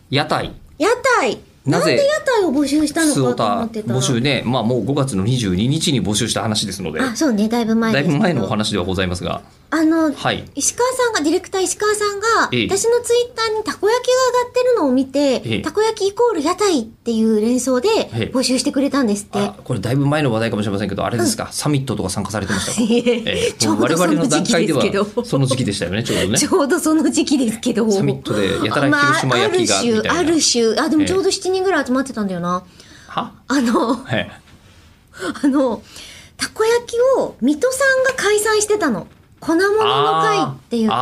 屋台。 屋台。なんで屋台を募集したのかと思ってた。 募集ね、まあもう5月の22日に募集した話ですので。 あ、そうね、だいぶ前ですけど。 だいぶ前のお話ではございますが。 はい、石川さんが、ディレクター石川さんが、私のツイッターにたこ焼きが上がってるのを見て、たこ焼きイコール屋台っていう連想で募集してくれたんですって。 これだいぶ前の話題かもしれませんけど、あれですか、サミットとか参加されてましたか？ ちょうどその時期ですけど。 その時期でしたよね、ちょうどね。 ちょうどその時期ですけど。 サミットでやたら広島焼きがみたいな。 ある種、でもちょうど7人ぐらい集まってたんだよな。 は？ たこ焼きを水戸さんが開催してたの。粉物の会って言って。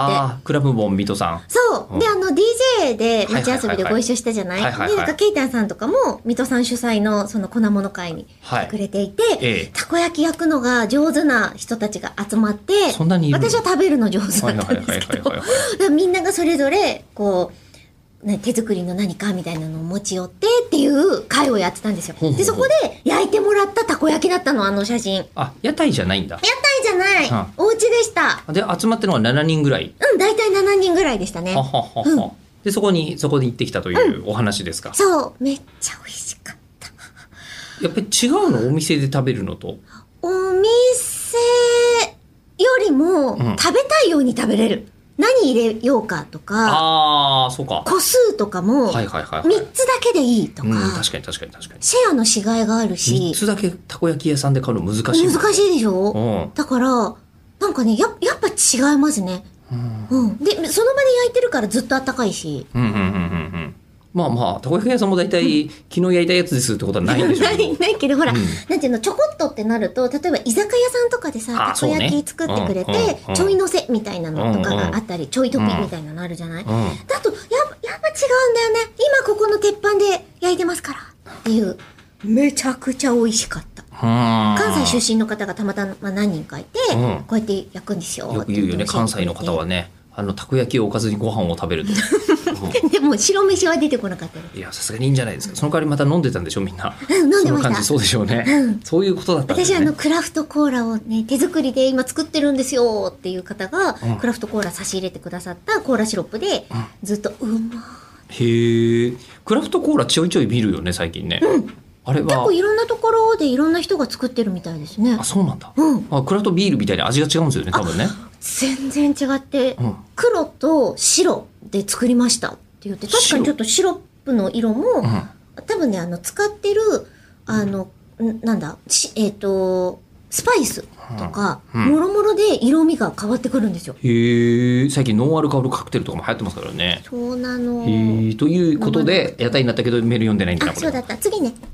クラブボン水戸さん。 そう。で、DJ で街遊びでご一緒したじゃない？で、なんかケイタンさんとかも水戸さん主催のその粉物会に来てくれていて、たこ焼き焼くのが上手な人たちが集まって、 そんなに私は食べるの上手だったんですけど、みんながそれぞれ、こう、手作りの何かみたいなのを持ち寄ってっていう会をやってたんですよ。で、そこで焼いてもらったたこ焼きだったの、あの写真。 屋台じゃないんだ。 屋台じゃない。お家でした。 で、集まってるのは7人ぐらい。 大体7人ぐらいでしたね。 で、そこに行ってきたというお話ですか？ そう。めっちゃ美味しかった。 やっぱり違うの？お店で食べるのと。 お店よりも食べたいように食べれる。何入れようかとか、 そうか。 個数とかも、3つだけでいいとか、 確かに。 シェアのしがいがあるし、 3つだけたこ焼き屋さんで買うの難しい。 難しいでしょ？だから、なんかね、やっぱ違いますね。で、その場で焼いてるからずっとあったかいし。 まあ、たこ焼き屋さんも大体、昨日焼いたやつですってことはないんでしょうけど。 ないけど、ほら、なんていうの、ちょこっとってなると、例えば居酒屋さんとかでさ、たこ焼き作ってくれて、ちょいのせみたいなのとかがあったり、ちょいトピみたいなのあるじゃない？だと、やっぱ違うんだよね。今ここの鉄板で焼いてますからっていう、めちゃくちゃ美味しかった。関西出身の方がたまたま何人かいて、こうやって焼くんですよ。 よく言うよね、関西の方はね。たこ焼きをおかずにご飯を食べると。 でも白飯は出てこなかったです。 いや、さすがにいいんじゃないですか。その代わりまた飲んでたんでしょ、みんな。 飲んでました。その感じそうでしょうね。そういうことだったんですね。 私クラフトコーラをね、手作りで今作ってるんですよっていう方が、クラフトコーラ差し入れてくださったコーラシロップで、ずっとへえ。クラフトコーラちょいちょい見るよね、最近ね。あれは結構いろんなところでいろんな人が作ってるみたいですね。 そうなんだ。クラフトビールみたいに味が違うんですよね、多分ね。 全然違って、黒と白で作りましたって言って、確かにちょっとシロップの色も、多分ね、使ってる、なんだ、スパイスとか、もろもろで色味が変わってくるんですよ。 へえ、最近ノンアルコールカクテルとかも流行ってますからね。 そうなの。 ということで、屋台になったけどメール読んでないんだな、これ。 そうだった。次ね。